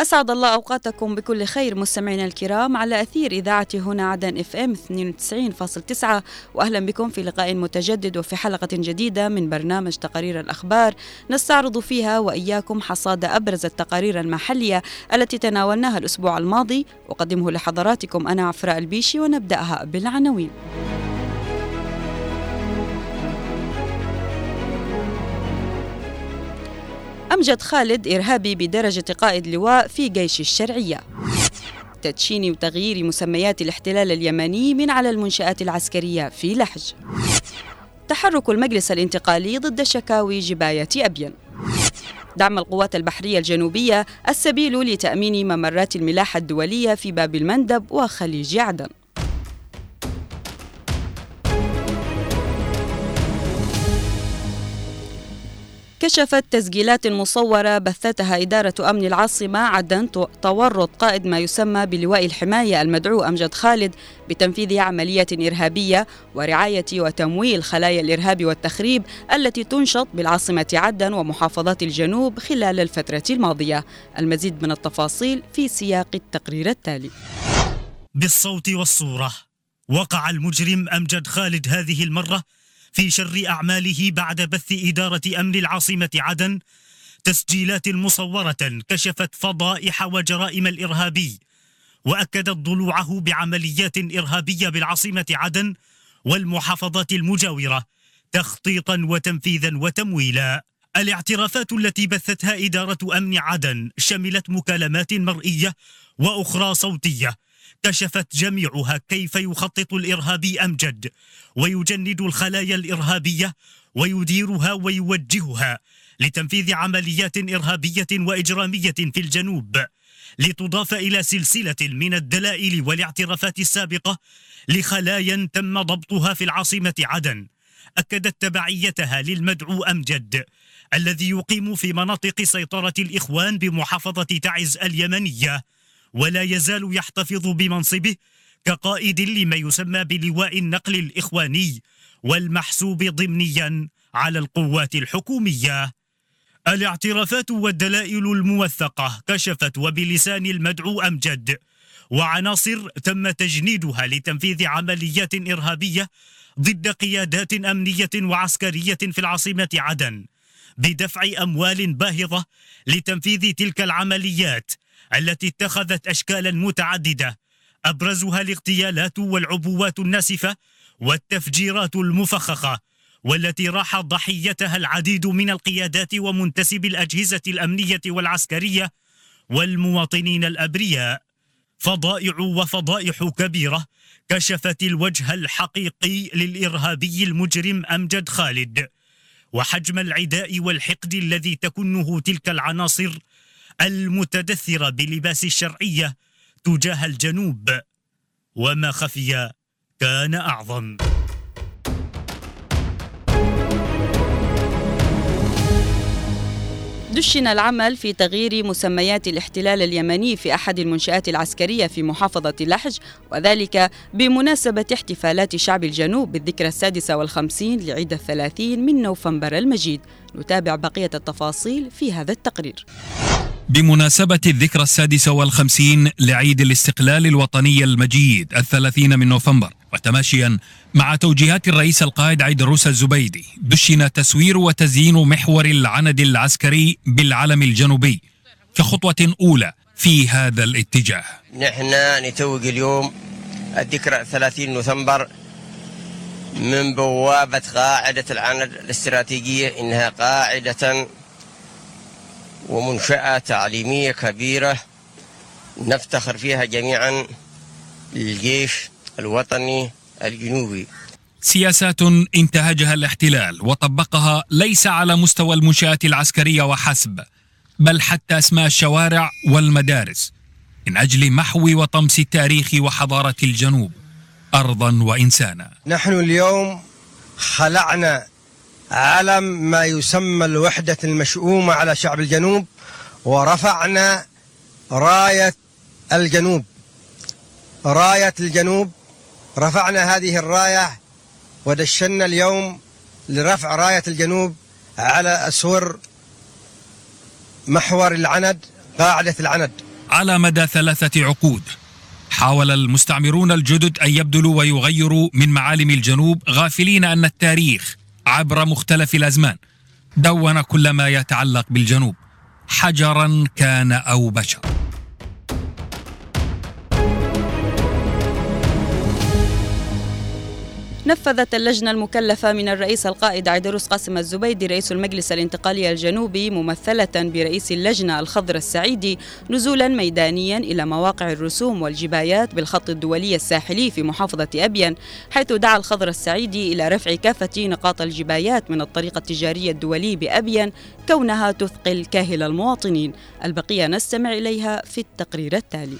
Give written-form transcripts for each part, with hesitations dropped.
أسعد الله أوقاتكم بكل خير مستمعينا الكرام على أثير إذاعة هنا عدن FM 92.9، وأهلا بكم في لقاء متجدد وفي حلقة جديدة من برنامج تقارير الأخبار نستعرض فيها وإياكم حصاد أبرز التقارير المحلية التي تناولناها الأسبوع الماضي. أقدمه لحضراتكم أنا عفراء البيشي، ونبدأها بالعناوين. أمجد خالد إرهابي بدرجة قائد لواء في جيش الشرعية. تدشين وتغيير مسميات الاحتلال اليمني من على المنشآت العسكرية في لحج. تحرك المجلس الانتقالي ضد شكاوي جباية أبين. دعم القوات البحرية الجنوبية السبيل لتأمين ممرات الملاحة الدولية في باب المندب وخليج عدن. كشفت تسجيلات مصورة بثتها إدارة أمن العاصمة عدن تورط قائد ما يسمى بلواء الحماية المدعو أمجد خالد بتنفيذ عملية إرهابية ورعاية وتمويل خلايا الإرهاب والتخريب التي تنشط بالعاصمة عدن ومحافظات الجنوب خلال الفترة الماضية. المزيد من التفاصيل في سياق التقرير التالي. بالصوت والصورة، وقع المجرم أمجد خالد هذه المرة في شر أعماله بعد بث إدارة أمن العاصمة عدن تسجيلات مصورة كشفت فضائح وجرائم الإرهابي، وأكدت ضلوعه بعمليات إرهابية بالعاصمة عدن والمحافظات المجاورة تخطيطا وتنفيذا وتمويلا. الاعترافات التي بثتها إدارة أمن عدن شملت مكالمات مرئية وأخرى صوتية كشفت جميعها كيف يخطط الإرهابي أمجد ويجند الخلايا الإرهابية ويديرها ويوجهها لتنفيذ عمليات إرهابية وإجرامية في الجنوب، لتضاف إلى سلسلة من الدلائل والاعترافات السابقة لخلايا تم ضبطها في العاصمة عدن أكدت تبعيتها للمدعو أمجد الذي يقيم في مناطق سيطرة الإخوان بمحافظة تعز اليمنية، ولا يزال يحتفظ بمنصبه كقائد لما يسمى بلواء النقل الإخواني والمحسوب ضمنيا على القوات الحكومية. الاعترافات والدلائل الموثقة كشفت وبلسان المدعو أمجد وعناصر تم تجنيدها لتنفيذ عمليات إرهابية ضد قيادات أمنية وعسكرية في العاصمة عدن بدفع أموال باهظة لتنفيذ تلك العمليات التي اتخذت أشكالا متعددة أبرزها الاغتيالات والعبوات الناسفة والتفجيرات المفخخة، والتي راح ضحيتها العديد من القيادات ومنتسبي الأجهزة الأمنية والعسكرية والمواطنين الأبرياء. فضائع وفضائح كبيرة كشفت الوجه الحقيقي للإرهابي المجرم أمجد خالد وحجم العداء والحقد الذي تكنه تلك العناصر المتدثرة بلباس الشرعية تجاه الجنوب، وما خفي كان أعظم. دشن العمل في تغيير مسميات الاحتلال اليمني في أحد المنشآت العسكرية في محافظة لحج، وذلك بمناسبة احتفالات شعب الجنوب بالذكرى 56 لعيد 30 من نوفمبر المجيد. نتابع بقية التفاصيل في هذا التقرير. بمناسبة الذكرى 56 لعيد الاستقلال الوطني المجيد 30 من نوفمبر، وتماشيا مع توجيهات الرئيس القائد عيدروس الزبيدي، دشن تسوير وتزيين محور العند العسكري بالعلم الجنوبي كخطوة أولى في هذا الاتجاه. نحن نتوج اليوم الذكرى 30 نوفمبر من بوابة قاعدة العند الاستراتيجية، إنها قاعدة ومنشأة تعليمية كبيرة نفتخر فيها جميعا للجيش الوطني الجنوبي. سياسات انتهجها الاحتلال وطبقها ليس على مستوى المنشآت العسكرية وحسب، بل حتى اسماء الشوارع والمدارس من أجل محو وطمس التاريخ وحضارة الجنوب أرضا وإنسانا. نحن اليوم خلعنا علم ما يسمى الوحدة المشؤومة على شعب الجنوب، ورفعنا راية الجنوب، راية الجنوب. رفعنا هذه الراية ودشنا اليوم لرفع راية الجنوب على أسور محور العند، قاعدة العند. على مدى 3 عقود حاول المستعمرون الجدد أن يبذلوا ويغيروا من معالم الجنوب، غافلين أن التاريخ عبر مختلف الأزمان دون كل ما يتعلق بالجنوب، حجرا كان أو بشر. نفذت اللجنة المكلفة من الرئيس القائد عيدروس قاسم الزبيدي رئيس المجلس الانتقالي الجنوبي ممثلة برئيس اللجنة الخضر السعيدي نزولا ميدانيا إلى مواقع الرسوم والجبايات بالخط الدولي الساحلي في محافظة أبين، حيث دعا الخضر السعيدي إلى رفع كافة نقاط الجبايات من الطريق التجاري الدولي بأبين كونها تثقل كاهل المواطنين. البقية نستمع إليها في التقرير التالي.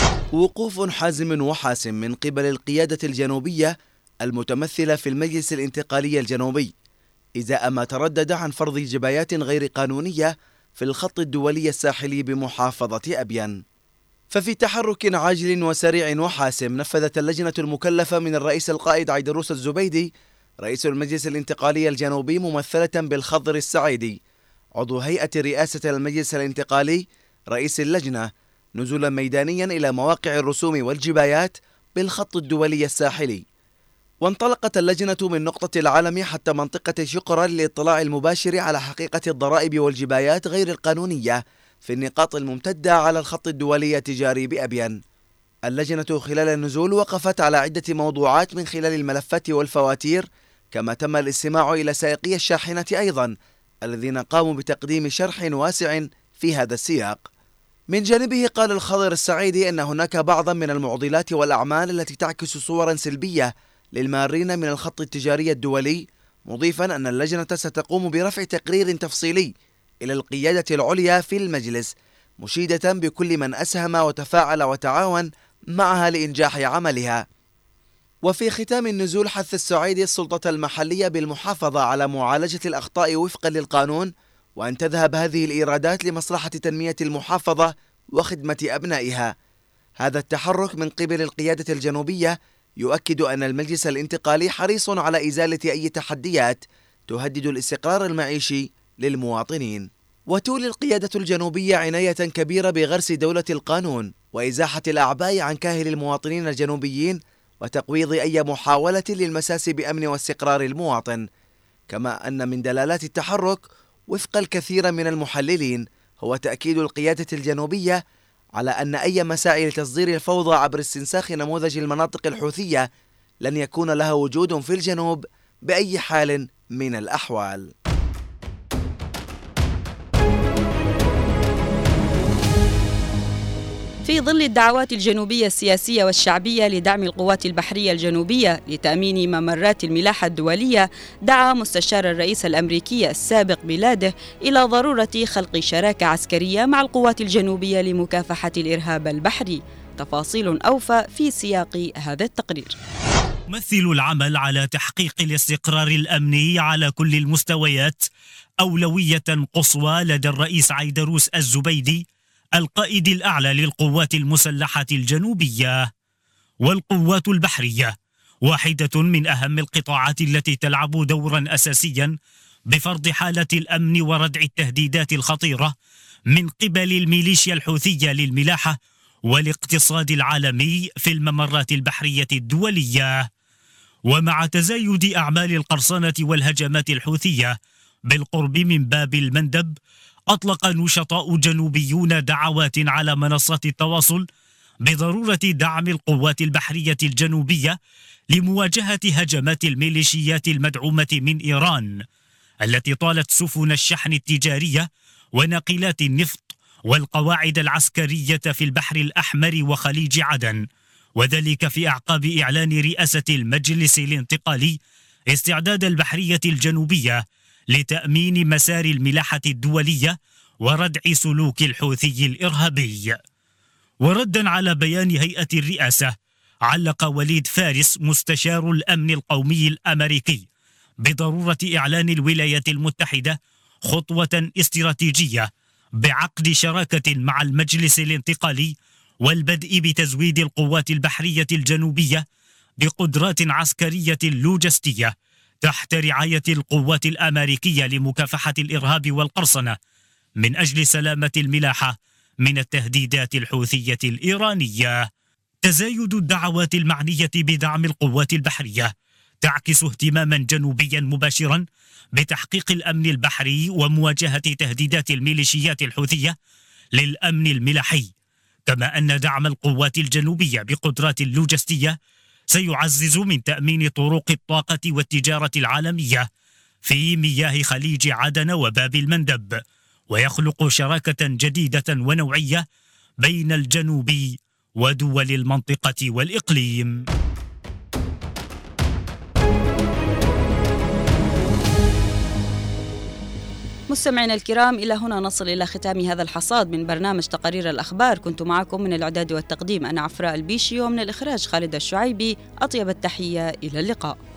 وقوف حازم وحاسم من قبل القيادة الجنوبية المتمثلة في المجلس الانتقالي الجنوبي إزاء ما تردد عن فرض جبايات غير قانونية في الخط الدولي الساحلي بمحافظة أبين. ففي تحرك عاجل وسريع وحاسم نفذت اللجنة المكلفة من الرئيس القائد عيدروس الزبيدي رئيس المجلس الانتقالي الجنوبي ممثلة بالخضر السعيدي عضو هيئة رئاسة المجلس الانتقالي رئيس اللجنة نزولا ميدانيا إلى مواقع الرسوم والجبايات بالخط الدولي الساحلي. وانطلقت اللجنة من نقطة العالم حتى منطقة شقرة للاطلاع المباشر على حقيقة الضرائب والجبايات غير القانونية في النقاط الممتدة على الخط الدولي التجاري بأبين. اللجنة خلال النزول وقفت على عدة موضوعات من خلال الملفات والفواتير، كما تم الاستماع إلى سائقي الشاحنة أيضا الذين قاموا بتقديم شرح واسع في هذا السياق. من جانبه قال الخضر السعيدي أن هناك بعضا من المعضلات والأعمال التي تعكس صورا سلبية للمارين من الخط التجاري الدولي، مضيفا أن اللجنة ستقوم برفع تقرير تفصيلي إلى القيادة العليا في المجلس، مشيدة بكل من أسهم وتفاعل وتعاون معها لإنجاح عملها. وفي ختام النزول حث السعيدي السلطة المحلية بالمحافظة على معالجة الأخطاء وفقا للقانون، وأن تذهب هذه الإيرادات لمصلحة تنمية المحافظة وخدمة أبنائها. هذا التحرك من قبل القيادة الجنوبية يؤكد أن المجلس الانتقالي حريص على إزالة أي تحديات تهدد الاستقرار المعيشي للمواطنين. وتولي القيادة الجنوبية عناية كبيرة بغرس دولة القانون وإزاحة الأعباء عن كاهل المواطنين الجنوبيين وتقويض أي محاولة للمساس بأمن واستقرار المواطن. كما أن من دلالات التحرك وفق الكثير من المحللين هو تأكيد القيادة الجنوبية على أن أي مساعي لتصدير الفوضى عبر استنساخ نموذج المناطق الحوثية لن يكون لها وجود في الجنوب بأي حال من الأحوال. في ظل الدعوات الجنوبية السياسية والشعبية لدعم القوات البحرية الجنوبية لتأمين ممرات الملاحة الدولية، دعا مستشار الرئيس الأمريكي السابق بلاده إلى ضرورة خلق شراكة عسكرية مع القوات الجنوبية لمكافحة الإرهاب البحري. تفاصيل أوفى في سياق هذا التقرير. يمثل العمل على تحقيق الاستقرار الأمني على كل المستويات أولوية قصوى لدى الرئيس عيدروس الزبيدي القائد الأعلى للقوات المسلحة الجنوبية. والقوات البحرية واحدة من أهم القطاعات التي تلعب دورا أساسيا بفرض حالة الأمن وردع التهديدات الخطيرة من قبل الميليشيا الحوثية للملاحة والاقتصاد العالمي في الممرات البحرية الدولية. ومع تزايد أعمال القرصنة والهجمات الحوثية بالقرب من باب المندب، أطلق نشطاء جنوبيون دعوات على منصات التواصل بضرورة دعم القوات البحرية الجنوبية لمواجهة هجمات الميليشيات المدعومة من إيران التي طالت سفن الشحن التجارية وناقلات النفط والقواعد العسكرية في البحر الأحمر وخليج عدن، وذلك في أعقاب إعلان رئاسة المجلس الانتقالي استعداد البحرية الجنوبية لتأمين مسار الملاحة الدولية وردع سلوك الحوثي الإرهابي. وردا على بيان هيئة الرئاسة، علق وليد فارس مستشار الأمن القومي الأمريكي بضرورة إعلان الولايات المتحدة خطوة استراتيجية بعقد شراكة مع المجلس الانتقالي والبدء بتزويد القوات البحرية الجنوبية بقدرات عسكرية لوجستية تحت رعاية القوات الأمريكية لمكافحة الإرهاب والقرصنة من أجل سلامة الملاحة من التهديدات الحوثية الإيرانية. تزايد الدعوات المعنية بدعم القوات البحرية تعكس اهتماما جنوبيا مباشرا بتحقيق الأمن البحري ومواجهة تهديدات الميليشيات الحوثية للأمن الملاحي، كما أن دعم القوات الجنوبية بقدرات لوجستية سيعزز من تأمين طرق الطاقة والتجارة العالمية في مياه خليج عدن وباب المندب، ويخلق شراكة جديدة ونوعية بين الجنوب ودول المنطقة والإقليم. مستمعينا الكرام، إلى هنا نصل إلى ختام هذا الحصاد من برنامج تقارير الأخبار. كنت معكم من الإعداد والتقديم أنا عفراء البيشي، ومن الإخراج خالد الشعيبي. أطيب التحية، إلى اللقاء.